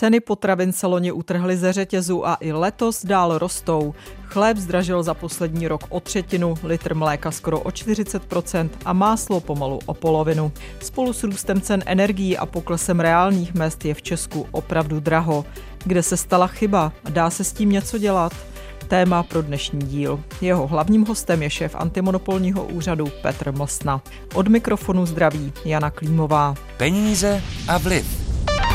Ceny potravin se loni utrhly ze řetězu a i letos dál rostou. Chléb zdražil za poslední rok o třetinu, litr mléka skoro o 40% a máslo pomalu o polovinu. Spolu s růstem cen energií a poklesem reálných mezd je v Česku opravdu draho. Kde se stala chyba? Dá se s tím něco dělat? Téma pro dnešní díl. Jeho hlavním hostem je šéf antimonopolního úřadu Petr Mlsna. Od mikrofonu zdraví Jana Klímová. Peníze a vliv.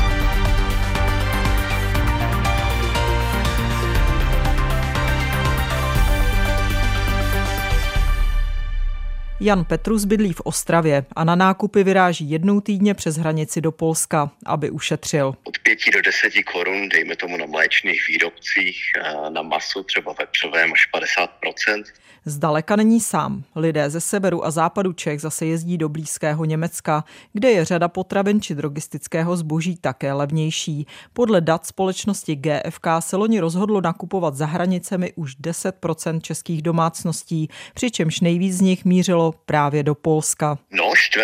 Jan Petrus bydlí v Ostravě a na nákupy vyráží jednou týdně přes hranici do Polska, aby ušetřil. Od 5 do 10 korun, dejme tomu na mléčných výrobcích, na maso třeba vepřovém až 50%. Zdaleka není sám. Lidé ze severu a západu Čech zase jezdí do blízkého Německa, kde je řada potravin či drogistického zboží také levnější. Podle dat společnosti GfK se loni rozhodlo nakupovat za hranicemi už 10% českých domácností, přičemž nejvíc z nich mířilo právě do Polska. No, štve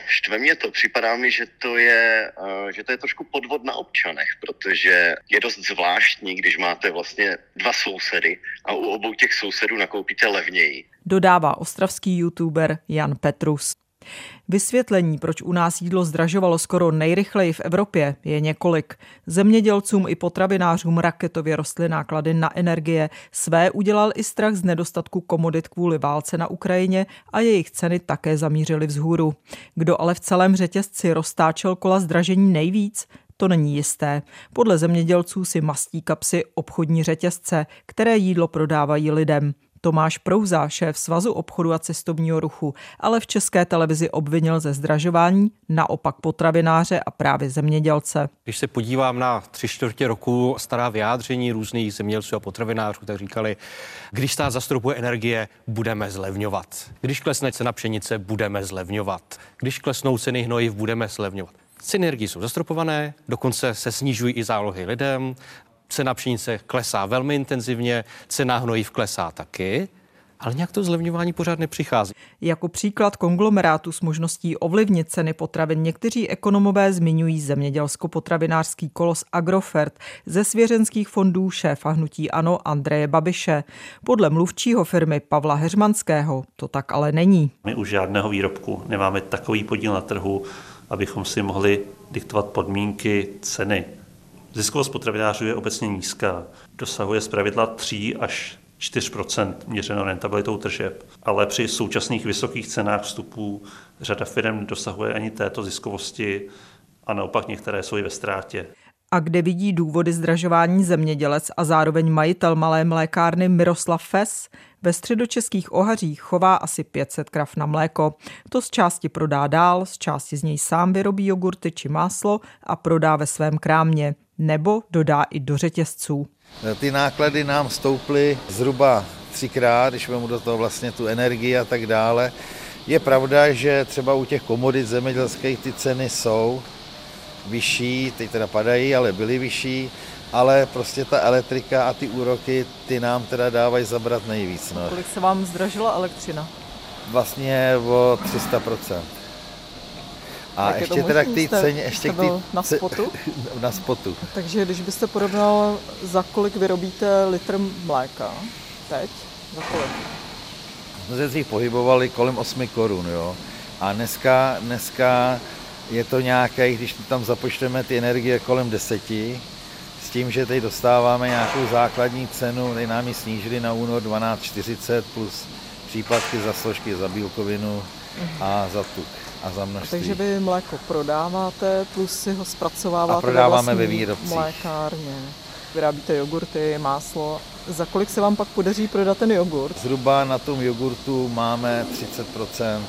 mě to. Připadá mi, že to je trošku podvod na občanech, protože je dost zvláštní, když máte vlastně dva sousedy a u obou těch sousedů nakoupíte levněji. Dodává ostravský youtuber Jan Petrus. Vysvětlení, proč u nás jídlo zdražovalo skoro nejrychleji v Evropě, je několik. Zemědělcům i potravinářům raketově rostly náklady na energie. Své udělal i strach z nedostatku komodit kvůli válce na Ukrajině a jejich ceny také zamířily vzhůru. Kdo ale v celém řetězci roztáčel kola zdražení nejvíc? To není jisté. Podle zemědělců si mastí kapsy obchodní řetězce, které jídlo prodávají lidem. Tomáš Prouza, šéf Svazu obchodu a cestovního ruchu, ale v České televizi obvinil ze zdražování naopak potravináře a právě zemědělce. Když se podívám na 3/4 roku stará vyjádření různých zemědělců a potravinářů, tak říkali, když stát zastropuje energie, budeme zlevňovat. Když klesne cena pšenice, budeme zlevňovat. Když klesnou ceny hnojiv, budeme zlevňovat. Ceny energií jsou zastropované, dokonce se snižují i zálohy lidem. Cena pšenice klesá velmi intenzivně, cena hnojiv klesá taky, ale nějak to zlevňování pořád nepřichází. Jako příklad konglomerátu s možností ovlivnit ceny potravin někteří ekonomové zmiňují zemědělsko-potravinářský kolos Agrofert ze svěřenských fondů šéfa hnutí ANO Andreje Babiše. Podle mluvčího firmy Pavla Heřmanského to tak ale není. My u žádného výrobku nemáme takový podíl na trhu, abychom si mohli diktovat podmínky ceny. Ziskovost potravinářů je obecně nízká. Dosahuje zpravidla 3 až 4% měřeno rentabilitou tržeb, ale při současných vysokých cenách vstupů řada firm nedosahuje ani této ziskovosti a naopak některé jsou i ve ztrátě. A kde vidí důvody zdražování zemědělec a zároveň majitel malé mlékárny Miroslav Fes? Ve středočeských Ohařích chová asi 500 krav na mléko. To z části prodá dál, z části z něj sám vyrobí jogurty či máslo a prodá ve svém krámě. Nebo dodá i do řetězců. Ty náklady nám stouply zhruba 3krát, když vezmu do toho vlastně tu energii a tak dále. Je pravda, že třeba u těch komodit zemědělských ty ceny jsou vyšší, teď teda padají, ale byly vyšší, ale prostě ta elektrika a ty úroky, ty nám teda dávají zabrat nejvíc. No. Kolik se vám zdražila elektřina? Vlastně o 300%. A tak ještě teda k té ceně, ještě na spotu? Na spotu. Takže když byste porovnal, za kolik vyrobíte litr mléka teď? Za kolik? My jsme si pohybovali kolem 8 korun, jo. A dneska je to nějaké, když tam započteme ty energie kolem 10, s tím, že teď dostáváme nějakou základní cenu, teď nám ji snížili na únor 12,40 plus příplatky za složky, za bílkovinu a za tuk. A za množství. Takže vy mléko prodáváte, plus si ho zpracováváte a prodáváme ve výrobcích. Mlékárně. Vyrábíte jogurty, máslo. Za kolik se vám pak podaří prodat ten jogurt? Zhruba na tom jogurtu máme 30%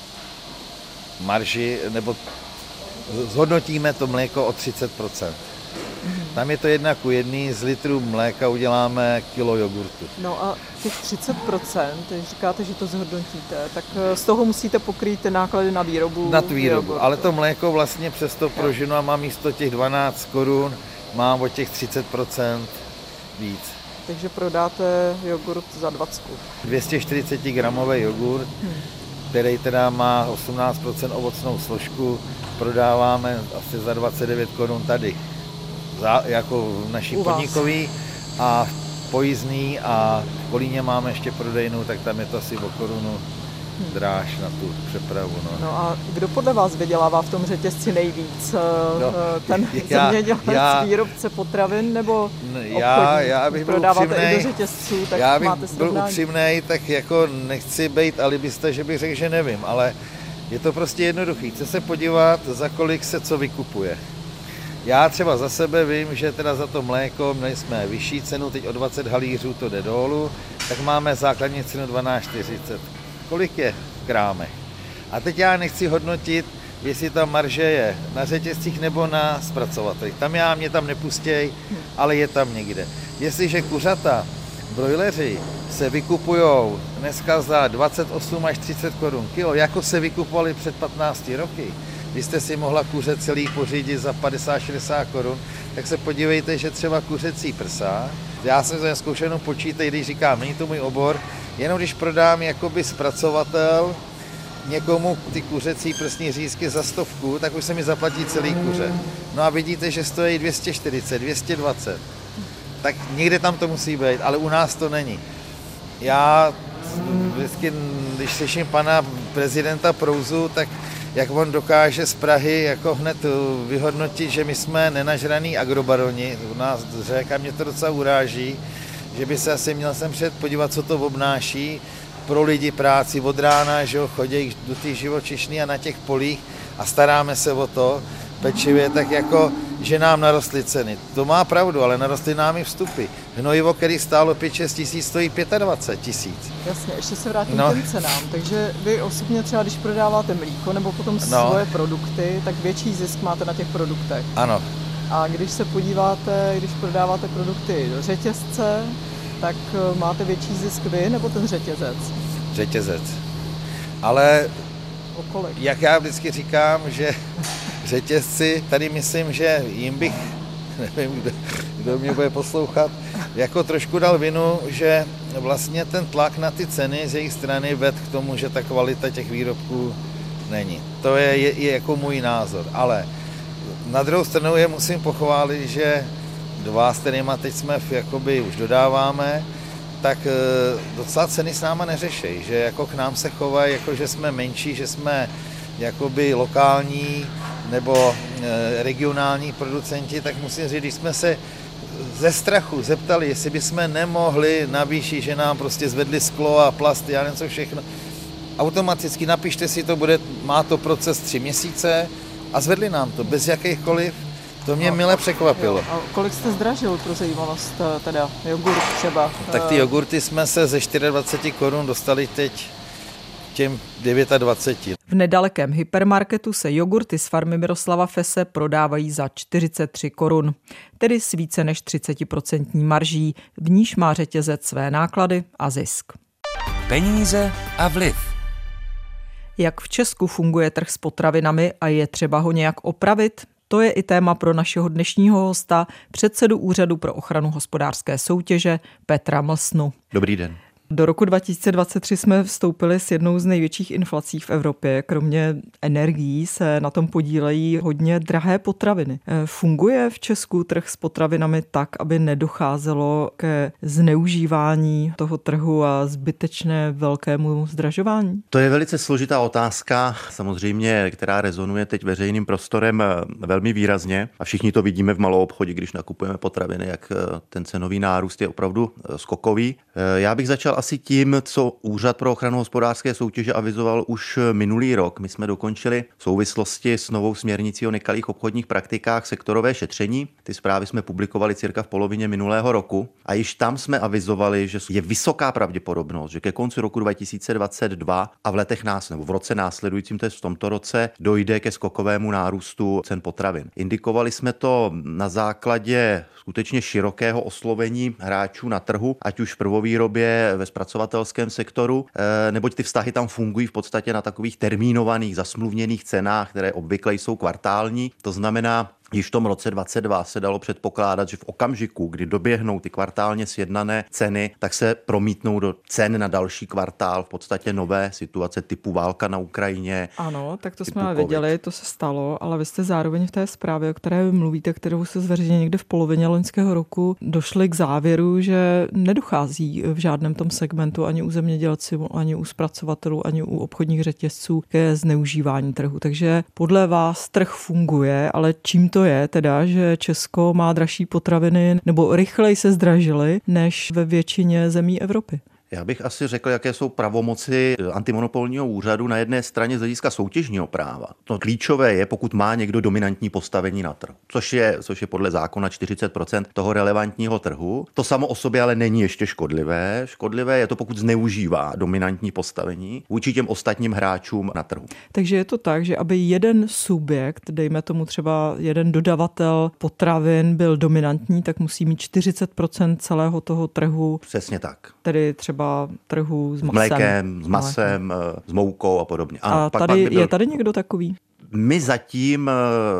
marži, nebo zhodnotíme to mléko o 30%. Tam je to 1:1, z litru mléka uděláme kilo jogurtu. No a těch 30%, když říkáte, že to zhodnotíte, tak z toho musíte pokrýt ty náklady na výrobu. Na tu výrobu, ale to mléko vlastně přesto proženu a mám místo těch 12 korun, mám o těch 30% víc. Takže prodáte jogurt za 20. 240 gramový jogurt, který teda má 18% ovocnou složku, prodáváme asi za 29 korun tady. jako naší podnikový a pojízdný a v Kolíně máme ještě prodejnu, tak tam je to asi o korunu dráž na tu přepravu. No a kdo podle vás vydělává v tom řetězci nejvíc? Ten zemědělec, výrobce potravin nebo obchodník? Já bych byl prodáváte upřímnej, i do řetězců, tak já bych máte byl upřímnej, tak jako nechci být alibista, že bych řekl, že nevím, ale je to prostě jednoduchý. Chce se podívat, za kolik se co vykupuje. Já třeba za sebe vím, že teda za to mléko měli jsme vyšší cenu, teď o 20 halířů to jde dolů, tak máme základní cenu 12,40. Kolik je v krámech? A teď já nechci hodnotit, jestli ta marže je na řetězcích nebo na zpracovatelích. Mě tam nepustěj, ale je tam někde. Jestliže kuřata, brojleři se vykupujou dneska za 28 až 30 korun kilo, jako se vykupovali před 15 roky, vy jste si mohla kuře celý pořídit za 50-60 korun, tak se podívejte, že třeba kuřecí prsa, já jsem za zkoušenou počítat, když říkám, není to můj obor, jenom když prodám jakoby zpracovatel někomu ty kuřecí prsní řízky za 100, tak už se mi zaplatí celý kuře. No a vidíte, že stojí 240, 220. Tak někde tam to musí být, ale u nás to není. Já vždycky, když slyším pana prezidenta Prouzu, tak jak on dokáže z Prahy jako hned vyhodnotit, že my jsme nenažraný agrobaroni, u nás řekl, a mě to docela uráží, že by se asi měl sem přijet podívat, co to obnáší pro lidi práci od rána, že jo, chodí do té živočišny a na těch polích a staráme se o to pečlivě, tak jako, že nám narostly ceny. To má pravdu, ale narostly nám i vstupy. Hnojivo, který stálo 5-6 tisíc, stojí 25 tisíc. Jasně, ještě se vrátím k těm cenám. Takže vy osobně třeba, když prodáváte mlíko nebo potom svoje produkty, tak větší zisk máte na těch produktech. Ano. A když se podíváte, když prodáváte produkty do řetězce, tak máte větší zisk vy nebo ten řetězec? Řetězec. Ale okolik? Jak já vždycky říkám, že řetězci, tady myslím, že jim bych, nevím, kdo mě bude poslouchat, jako trošku dal vinu, že vlastně ten tlak na ty ceny z jejich strany ved k tomu, že ta kvalita těch výrobků není. To je jako můj názor, ale na druhou stranu je musím pochválit, že dva, s kterýma teď jsme jakoby už dodáváme, tak docela ceny s náma neřeší, že jako k nám se chovají, jako že jsme menší, že jsme jakoby lokální nebo regionální producenti, tak musím říct, když jsme se ze strachu zeptali, jestli bychom nemohli navýšit, že nám prostě zvedli sklo a plasty a něco všechno, automaticky napište si to, má to proces 3 měsíce a zvedli nám to bez jakýchkoliv. To mě mile překvapilo. Jo. A kolik jste zdražil pro zajímavost, teda jogurt třeba? Tak ty jogurty jsme se ze 24 korun dostali teď těm 29. V nedalekém hypermarketu se jogurty z farmy Miroslava Fese prodávají za 43 korun, tedy s více než 30% marží, v níž má řetězec své náklady a zisk. Peníze a vliv. Jak v Česku funguje trh s potravinami a je třeba ho nějak opravit? To je i téma pro našeho dnešního hosta, předsedu Úřadu pro ochranu hospodářské soutěže Petra Mlsnu. Dobrý den. Do roku 2023 jsme vstoupili s jednou z největších inflací v Evropě. Kromě energií se na tom podílejí hodně drahé potraviny. Funguje v Česku trh s potravinami tak, aby nedocházelo ke zneužívání toho trhu a zbytečné velkému zdražování? To je velice složitá otázka, samozřejmě, která rezonuje teď veřejným prostorem velmi výrazně. A všichni to vidíme v maloobchodě, když nakupujeme potraviny, jak ten cenový nárůst je opravdu skokový. Já bych začal asi tím, co Úřad pro ochranu hospodářské soutěže avizoval už minulý rok. My jsme dokončili v souvislosti s novou směrnicí o nekalých obchodních praktikách sektorové šetření. Ty zprávy jsme publikovali cirka v polovině minulého roku a již tam jsme avizovali, že je vysoká pravděpodobnost, že ke konci roku 2022 a v roce následujícím, to je v tomto roce, dojde ke skokovému nárůstu cen potravin. Indikovali jsme to na základě skutečně širokého oslovení hráčů na trhu, ať už v prvovýrobě, ve zpracovatelském sektoru, neboť ty vztahy tam fungují v podstatě na takových termínovaných, zasmluvněných cenách, které obvykle jsou kvartální. To znamená, Již v tom roce 2022 se dalo předpokládat, že v okamžiku, kdy doběhnou ty kvartálně sjednané ceny, tak se promítnou do cen na další kvartál v podstatě nové situace typu válka na Ukrajině. Ano, tak to jsme věděli, to se stalo, ale vy jste zároveň v té zprávě, o které vy mluvíte, kterou se zveřejnila někde v polovině loňského roku, došli k závěru, že nedochází v žádném tom segmentu ani u zemědělců, ani u zpracovatelů, ani u obchodních řetězců ke zneužívání trhu. Takže podle vás trh funguje, ale čím to je teda, že Česko má dražší potraviny nebo rychleji se zdražily než ve většině zemí Evropy? Já bych asi řekl, jaké jsou pravomoci antimonopolního úřadu na jedné straně z hlediska soutěžního práva. To klíčové je, pokud má někdo dominantní postavení na trhu, což je podle zákona 40% toho relevantního trhu. To samo o sobě ale není ještě škodlivé. Škodlivé je to, pokud zneužívá dominantní postavení vůči těm ostatním hráčům na trhu. Takže je to tak, že aby jeden subjekt, dejme tomu třeba jeden dodavatel potravin byl dominantní, tak musí mít 40% celého toho trhu. Přesně tak. Tedy třeba trhu s mlékem, s masem, s moukou a podobně. Ano, a tady je tady někdo takový? My zatím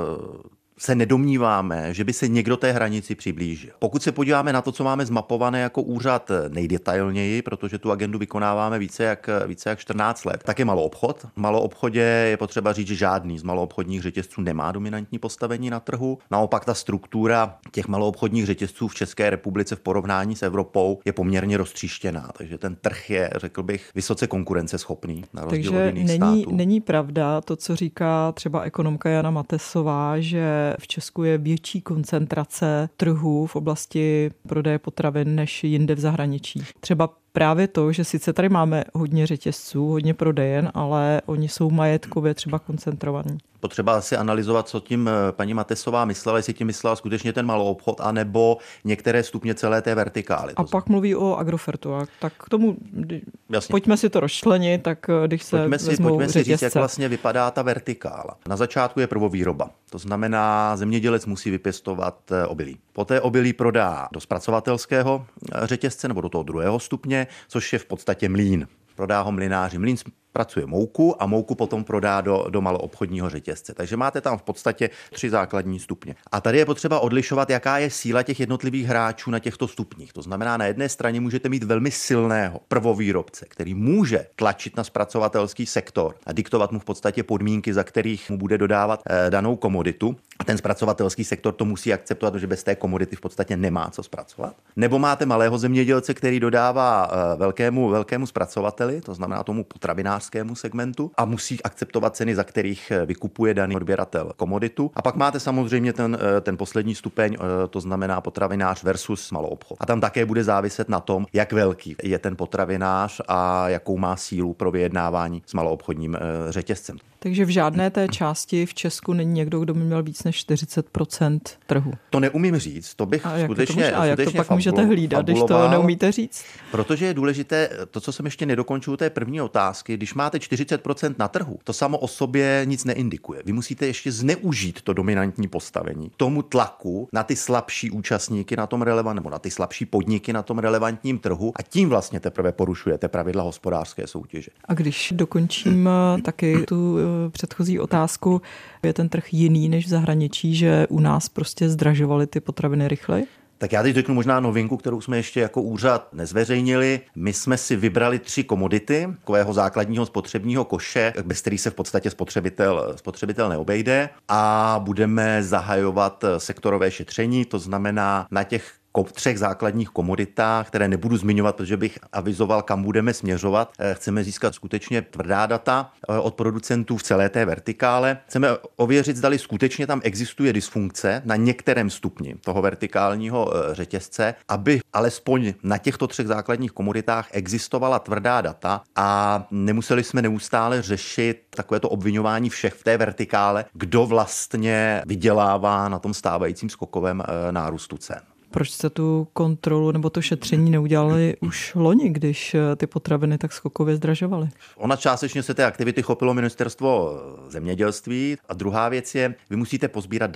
se nedomníváme, že by se někdo té hranici přiblížil. Pokud se podíváme na to, co máme zmapované jako úřad nejdetailněji, protože tu agendu vykonáváme více jak 14 let, tak je maloobchod. V maloobchodě je potřeba říct, že žádný z maloobchodních řetězců nemá dominantní postavení na trhu. Naopak ta struktura těch maloobchodních řetězců v České republice v porovnání s Evropou je poměrně roztříštěná, takže ten trh je, řekl bych, vysoce konkurenceschopný na rozdíl od jiných států. Není pravda to, co říká třeba ekonomka Jana Matesová, že v Česku je větší koncentrace trhů v oblasti prodeje potravin než jinde v zahraničí. Třeba právě to, že sice tady máme hodně řetězců, hodně prodejen, ale oni jsou majetkově třeba koncentrovaní. Potřeba si analyzovat, co tím paní Matesová myslela, jestli tím myslela skutečně ten maloobchod, anebo některé stupně celé té vertikály. A pak mluví o Agrofertu. Tak k tomu, jasně. Pojďme si to rozčlenit, tak když se pojďme si řetězce. říct, jak vlastně vypadá ta vertikála. Na začátku je prvovýroba. To znamená, zemědělec musí vypěstovat obilí. Poté obilí prodá do zpracovatelského řetězce nebo do toho druhého stupně, což je v podstatě mlýn. Prodá ho mlynáři. Mlýn pracuje mouku a mouku potom prodá do maloobchodního řetězce. Takže máte tam v podstatě 3 základní stupně. A tady je potřeba odlišovat, jaká je síla těch jednotlivých hráčů na těchto stupních. To znamená, na jedné straně můžete mít velmi silného prvovýrobce, který může tlačit na zpracovatelský sektor a diktovat mu v podstatě podmínky, za kterých mu bude dodávat danou komoditu. A ten zpracovatelský sektor to musí akceptovat, že bez té komodity v podstatě nemá co zpracovat. Nebo máte malého zemědělce, který dodává velkému zpracovateli, to znamená tomu potravinářskému segmentu, a musí akceptovat ceny, za kterých vykupuje daný odběratel komoditu. A pak máte samozřejmě ten poslední stupeň, to znamená potravinář versus maloobchod. A tam také bude záviset na tom, jak velký je ten potravinář a jakou má sílu pro vyjednávání s maloobchodním řetězcem. Takže v žádné té části v Česku není někdo, kdo by měl víc než 40% trhu. To neumím říct, to bych skutečně A jak to pak můžete hlídat, když to neumíte říct? Protože je důležité, to, co jsem ještě nedokončil, té první otázky, když máte 40% na trhu, to samo o sobě nic neindikuje. Vy musíte ještě zneužít to dominantní postavení, tomu tlaku na ty slabší účastníky na tom nebo na ty slabší podniky na tom relevantním trhu, a tím vlastně teprve porušujete pravidla hospodářské soutěže. A když dokončím taky tu předchozí otázku, je ten trh jiný než v zahraničí, že u nás prostě zdražovaly ty potraviny rychleji? Tak já teď řeknu možná novinku, kterou jsme ještě jako úřad nezveřejnili. My jsme si vybrali 3 komodity, takového základního spotřebního koše, bez kterých se v podstatě spotřebitel neobejde, a budeme zahajovat sektorové šetření, to znamená na těch 3 základních komoditách, které nebudu zmiňovat, protože bych avizoval, kam budeme směřovat. Chceme získat skutečně tvrdá data od producentů v celé té vertikále. Chceme ověřit, zdali skutečně tam existuje dysfunkce na některém stupni toho vertikálního řetězce, aby alespoň na těchto 3 základních komoditách existovala tvrdá data a nemuseli jsme neustále řešit takovéto obviňování všech v té vertikále, kdo vlastně vydělává na tom stávajícím skokovém nárůstu cen. Proč jste tu kontrolu nebo to šetření neudělali už loni, když ty potraviny tak skokově zdražovaly? Ona částečně se té aktivity chopilo ministerstvo zemědělství a druhá věc je, vy musíte pozbírat data.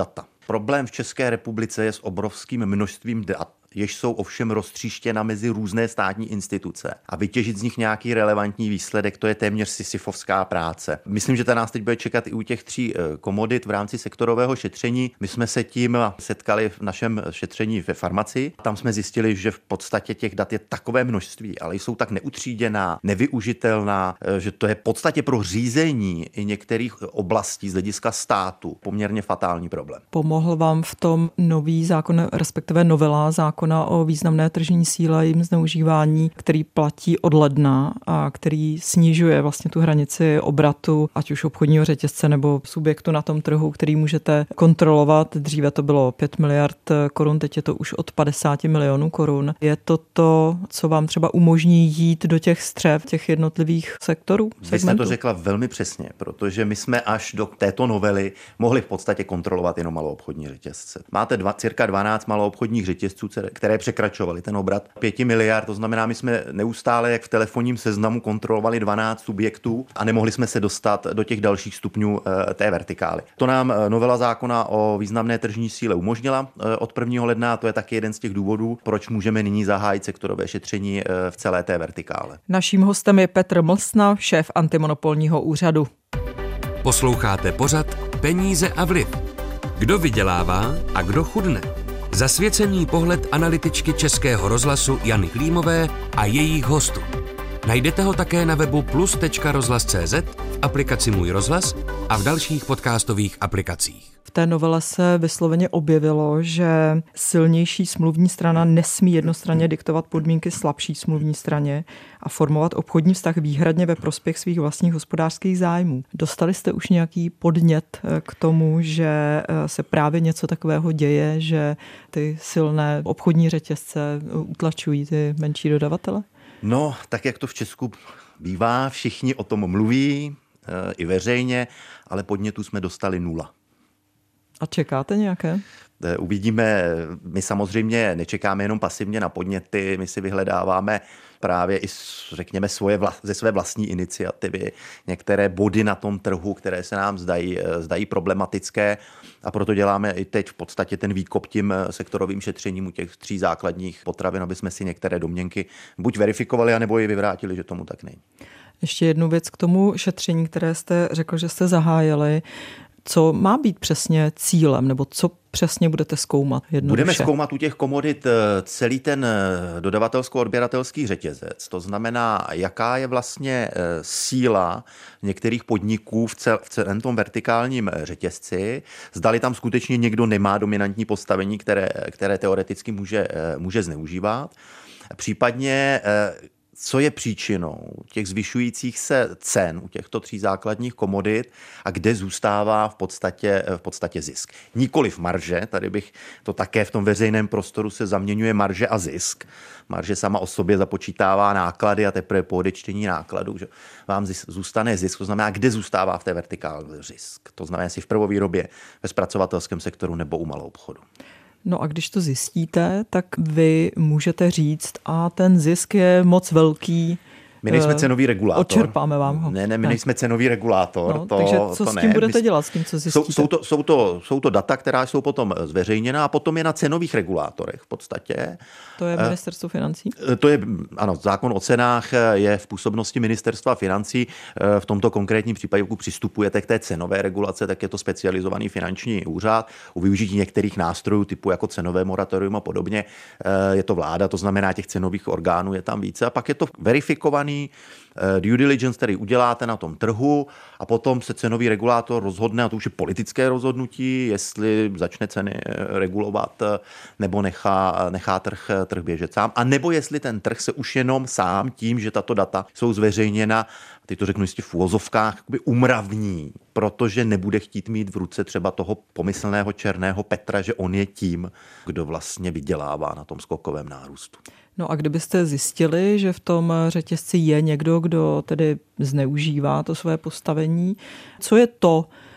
Problém v České republice je s obrovským množstvím dat, jež jsou ovšem roztříštěna mezi různé státní instituce. A vytěžit z nich nějaký relevantní výsledek, to je téměř sisyfovská práce. Myslím, že to nás teď bude čekat i u těch 3 komodit v rámci sektorového šetření. My jsme se tím setkali v našem šetření ve farmacii. Tam jsme zjistili, že v podstatě těch dat je takové množství, ale jsou tak neutříděná, nevyužitelná, že to je v podstatě pro řízení i některých oblastí z hlediska státu poměrně fatální problém. Pomohl vám v tom nový zákon, respektive novela zákona o významné tržní síle a jejím zneužívání, který platí od ledna a který snižuje vlastně tu hranici obratu, ať už obchodního řetězce nebo subjektu na tom trhu, který můžete kontrolovat. Dříve to bylo 5 miliard korun, teď je to už od 50 milionů korun. Je to to, co vám třeba umožní jít do těch střev těch jednotlivých sektorů? Vy jste to řekla velmi přesně, protože my jsme až do této novely mohli v podstatě kontrolovat jenom maloobchodní řetězce. Máte cirka 12 maloobchodních řetězců, které překračovaly ten obrat 5 miliard, to znamená, my jsme neustále jak v telefonním seznamu kontrolovali 12 subjektů a nemohli jsme se dostat do těch dalších stupňů té vertikály. To nám novela zákona o významné tržní síle umožnila od 1. ledna a to je taky jeden z těch důvodů, proč můžeme nyní zahájit sektorové šetření v celé té vertikále. Naším hostem je Petr Mlsna, šéf antimonopolního úřadu. Posloucháte pořad Peníze a vliv. Kdo vydělává a kdo chudne? Zasvěcený pohled analytičky Českého rozhlasu Jany Klímové a jejích hostů. Najdete ho také na webu plus.rozhlas.cz, v aplikaci Můj rozhlas a v dalších podcastových aplikacích. V té novele se vysloveně objevilo, že silnější smluvní strana nesmí jednostranně diktovat podmínky slabší smluvní straně a formovat obchodní vztah výhradně ve prospěch svých vlastních hospodářských zájmů. Dostali jste už nějaký podnět k tomu, že se právě něco takového děje, že ty silné obchodní řetězce utlačují ty menší dodavatele? No, tak jak to v Česku bývá, všichni o tom mluví, i veřejně, ale podnětů jsme dostali 0. A čekáte nějaké? Uvidíme, my samozřejmě nečekáme jenom pasivně na podněty, my si vyhledáváme právě i, řekněme, ze své vlastní iniciativy některé body na tom trhu, které se nám zdají problematické a proto děláme i teď v podstatě ten výkop tím sektorovým šetřením u těch 3 základních potravin, aby jsme si některé domněnky buď verifikovali, anebo ji vyvrátili, že tomu tak není. Ještě jednu věc k tomu šetření, které jste řekl, že jste zahájili. Co má být přesně cílem, nebo co přesně budete zkoumat jednoduše? Budeme zkoumat u těch komodit celý ten dodavatelsko-odběratelský řetězec. To znamená, jaká je vlastně síla některých podniků v celém tom vertikálním řetězci. Zdali tam skutečně někdo nemá dominantní postavení, které teoreticky může zneužívat. Případně co je příčinou těch zvyšujících se cen u těchto 3 základních komodit a kde zůstává v podstatě zisk. Nikoliv marže, tady bych to také v tom veřejném prostoru se zaměňuje marže a zisk. Marže sama o sobě započítává náklady a teprve po odečtení nákladů, že vám zůstane zisk, to znamená, kde zůstává v té vertikále zisk. To znamená, jestli v prvovýrobě, ve zpracovatelském sektoru nebo u malou obchodu. No a když to zjistíte, tak vy můžete říct, a ten zisk je moc velký. My nejsme cenový regulátor. Odčerpáme vám ho. Ne, my nejsme cenový regulátor. No, takže co s tím budete dělat, s tím, co zjistíte? Jsou to data, která jsou potom zveřejněna a potom je na cenových regulátorech v podstatě. To je Ministerstvo financí? To je, ano, zákon o cenách je v působnosti Ministerstva financí. V tomto konkrétním případě, pokud přistupujete k té cenové regulace, tak je to specializovaný finanční úřad. U využití některých nástrojů typu jako cenové moratorium a podobně je to vláda, to znamená těch cenových orgánů je tam více a pak je to verifikovaný due diligence, který uděláte na tom trhu a potom se cenový regulátor rozhodne, a to už je politické rozhodnutí, jestli začne ceny regulovat nebo nechá trh běžet sám, a nebo jestli ten trh se už jenom sám tím, že tato data jsou zveřejněna, teď to řeknu jistě v uvozovkách, umravní, protože nebude chtít mít v ruce třeba toho pomyslného černého Petra, že on je tím, kdo vlastně vydělává na tom skokovém nárůstu. No a kdybyste zjistili, že v tom řetězci je někdo, kdo tedy zneužívá to své postavení, co je to,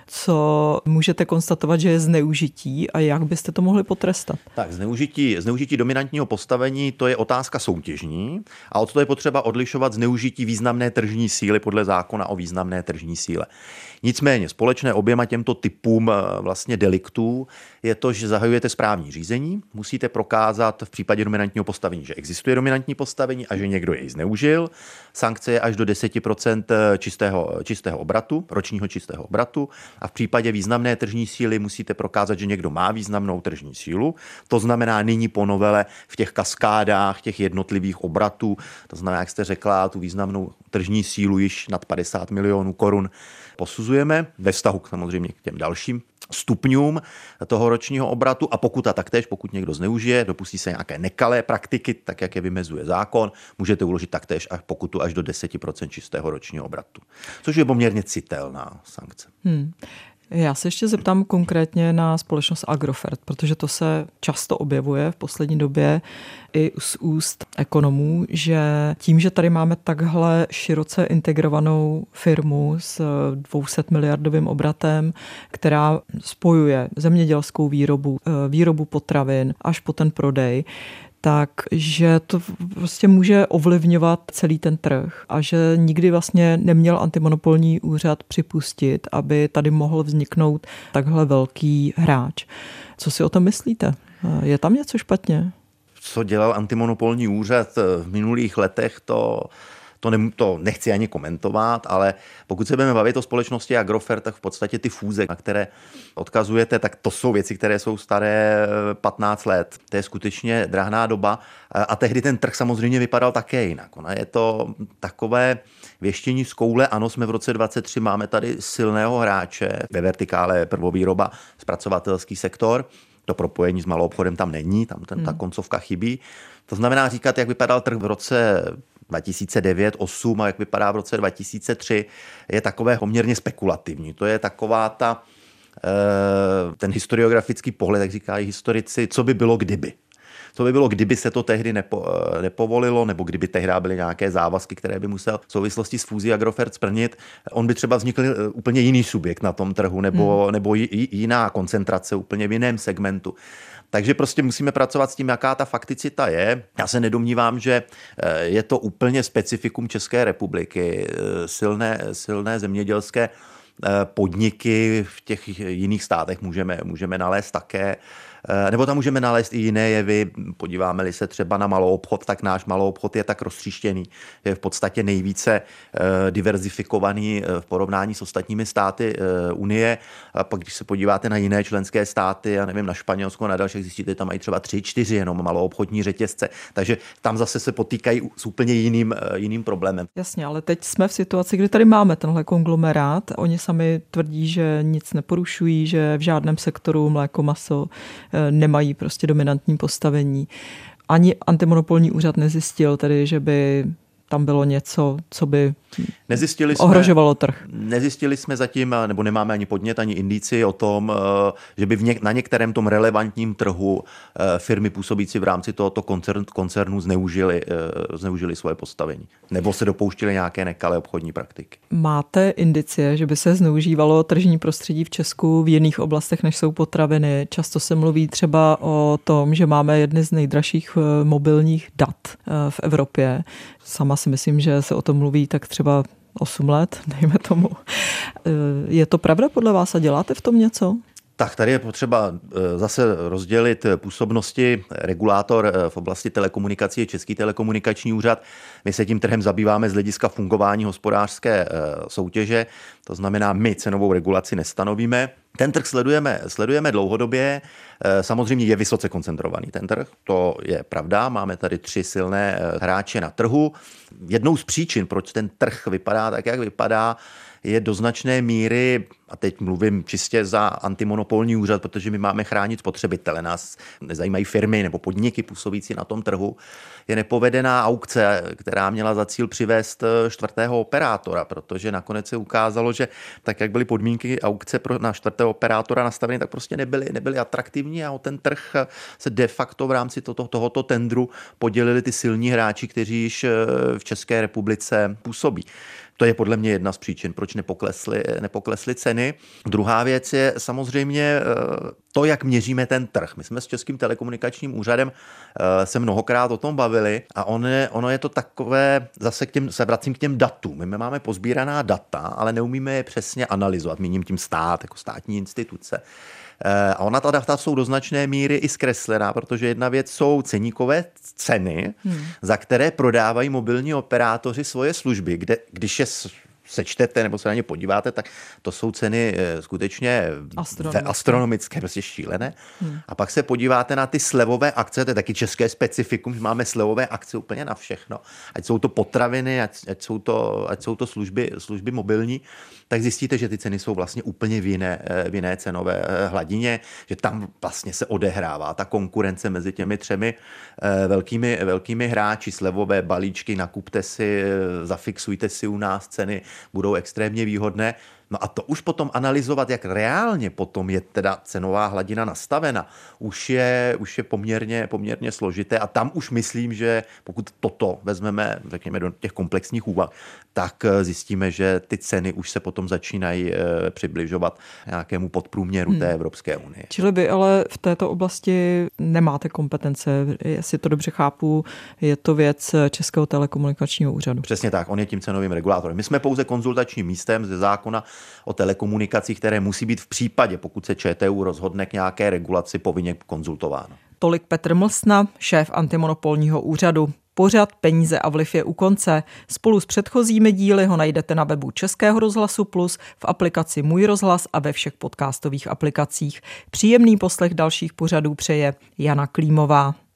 co můžete konstatovat, že je zneužití a jak byste to mohli potrestat? Tak zneužití dominantního postavení, to je otázka soutěžní a od toho je potřeba odlišovat zneužití významné tržní síly podle zákona o významné tržní síle. Nicméně společné oběma těmto typům vlastně deliktů je to, že zahajujete správní řízení, musíte prokázat v případě dominantního postavení, že existuje dominantní postavení a že někdo jej zneužil. Sankce je až do 10% čistého obratu, ročního čistého obratu a v případě významné tržní síly musíte prokázat, že někdo má významnou tržní sílu. To znamená nyní po novele v těch kaskádách těch jednotlivých obratů, to znamená, jak jste řekla, tu významnou tržní sílu již nad 50 milionů korun posuzujeme ve vztahu samozřejmě k těm dalším stupňům toho ročního obratu a pokuta taktéž, pokud někdo zneužije, dopustí se nějaké nekalé praktiky, tak jak je vymezuje zákon, můžete uložit taktéž pokutu až do 10% čistého ročního obratu, což je poměrně citelná sankce. Já se ještě zeptám konkrétně na společnost Agrofert, protože to se často objevuje v poslední době i z úst ekonomů, že tím, že tady máme takhle široce integrovanou firmu s 200 miliardovým obratem, která spojuje zemědělskou výrobu potravin až po ten prodej, takže to prostě může ovlivňovat celý ten trh a že nikdy vlastně neměl antimonopolní úřad připustit, aby tady mohl vzniknout takhle velký hráč. Co si o tom myslíte? Je tam něco špatně? Co dělal antimonopolní úřad v minulých letech, to nechci ani komentovat, ale pokud se budeme bavit o společnosti Agrofert, tak v podstatě ty fúze, na které odkazujete, tak to jsou věci, které jsou staré 15 let. To je skutečně drahná doba a tehdy ten trh samozřejmě vypadal také jinak. Ona je to takové věštění z koule. Ano, jsme v roce 2023, máme tady silného hráče ve vertikále prvovýroba, zpracovatelský sektor. To propojení s maloobchodem tam není, tam ta koncovka chybí. To znamená říkat, jak vypadal trh v roce 2009-2008 a jak vypadá v roce 2003, je takové poměrně spekulativní. To je taková ten historiografický pohled, jak říkají historici, co by bylo kdyby. Co by bylo, kdyby se to tehdy nepovolilo, nebo kdyby tehdy byly nějaké závazky, které by musel v souvislosti s fúzí Agrofert splnit. On by třeba vznikl úplně jiný subjekt na tom trhu, nebo jiná koncentrace úplně v jiném segmentu. Takže prostě musíme pracovat s tím, jaká ta fakticita je. Já se nedomnívám, že je to úplně specifikum České republiky. Silné zemědělské podniky v těch jiných státech můžeme nalézt také. Nebo tam můžeme nalézt i jiné jevy. Podíváme-li se třeba na maloobchod, tak náš maloobchod je tak roztříštěný. Je v podstatě nejvíce diverzifikovaný v porovnání s ostatními státy Unie. A pak, když se podíváte na jiné členské státy, já nevím, na Španělsko, na dalších, zjistíte, tam mají třeba 3-4 jenom maloobchodní řetězce. Takže tam zase se potýkají s úplně jiným problémem. Jasně, ale teď jsme v situaci, kdy tady máme tenhle konglomerát. Oni sami tvrdí, že nic neporušují, že v žádném sektoru mléko, maso nemají prostě dominantní postavení. Ani antimonopolní úřad nezjistil tedy, že by tam bylo něco, co by ohrožovalo trh. Nezjistili jsme zatím, nebo nemáme ani podnět, ani indici o tom, že by na některém tom relevantním trhu firmy působící v rámci tohoto koncernu zneužili svoje postavení. Nebo se dopouštili nějaké nekalé obchodní praktiky. Máte indicie, že by se zneužívalo tržní prostředí v Česku v jiných oblastech, než jsou potraviny? Často se mluví třeba o tom, že máme jedny z nejdražších mobilních dat v Evropě. Sama si myslím, že se o tom mluví tak třeba 8 let, dejme tomu. Je to pravda podle vás a děláte v tom něco? Tak tady je potřeba zase rozdělit působnosti. Regulátor v oblasti telekomunikací je Český telekomunikační úřad. My se tím trhem zabýváme z hlediska fungování hospodářské soutěže. To znamená, my cenovou regulaci nestanovíme. Ten trh sledujeme dlouhodobě. Samozřejmě je vysoce koncentrovaný ten trh, to je pravda. Máme tady 3 silné hráče na trhu. Jednou z příčin, proč ten trh vypadá tak, jak vypadá, je do značné míry, a teď mluvím čistě za antimonopolní úřad, protože my máme chránit spotřebitele, nás nezajímají firmy nebo podniky působící na tom trhu, je nepovedená aukce, která měla za cíl přivést 4. operátora, protože nakonec se ukázalo, že tak, jak byly podmínky aukce na 4. operátora nastaveny, tak prostě nebyly atraktivní a o ten trh se de facto v rámci tohoto tendru podělili ty silní hráči, kteří již v České republice působí. To je podle mě jedna z příčin, proč nepoklesly ceny. Druhá věc je samozřejmě to, jak měříme ten trh. My jsme s Českým telekomunikačním úřadem se mnohokrát o tom bavili a ono je to takové, zase se vracím k těm datům. My máme pozbíraná data, ale neumíme je přesně analyzovat. Míním tím stát, jako státní instituce. A ona ta data jsou do značné míry i zkreslená, protože jedna věc jsou ceníkové ceny, za které prodávají mobilní operátoři svoje služby, kde, když je sečtete nebo se na ně podíváte, tak to jsou ceny skutečně astronomické, prostě šílené. A pak se podíváte na ty slevové akce, to je taky české specifikum, že máme slevové akce úplně na všechno. Ať jsou to potraviny, ať jsou to služby mobilní, tak zjistíte, že ty ceny jsou vlastně úplně v jiné cenové hladině, že tam vlastně se odehrává ta konkurence mezi těmi třemi velkými hráči, slevové balíčky, nakupte si, zafixujte si u nás ceny, budou extrémně výhodné. No a to už potom analyzovat, jak reálně potom je teda cenová hladina nastavena, už je poměrně složité a tam už myslím, že pokud toto vezmeme, řekněme, do těch komplexních úvah, tak zjistíme, že ty ceny už se potom začínají přibližovat nějakému podprůměru té Evropské unie. Čili vy ale v této oblasti nemáte kompetence, jestli to dobře chápu, je to věc Českého telekomunikačního úřadu. Přesně tak, on je tím cenovým regulátorem. My jsme pouze konzultačním místem ze zákona o telekomunikacích, které musí být v případě, pokud se ČTÚ rozhodne k nějaké regulaci, povinně konzultováno. Tolik Petr Mlsna, šéf antimonopolního úřadu. Pořad Peníze a vliv je u konce. Spolu s předchozími díly ho najdete na webu Českého rozhlasu Plus, v aplikaci Můj rozhlas a ve všech podcastových aplikacích. Příjemný poslech dalších pořadů přeje Jana Klímová.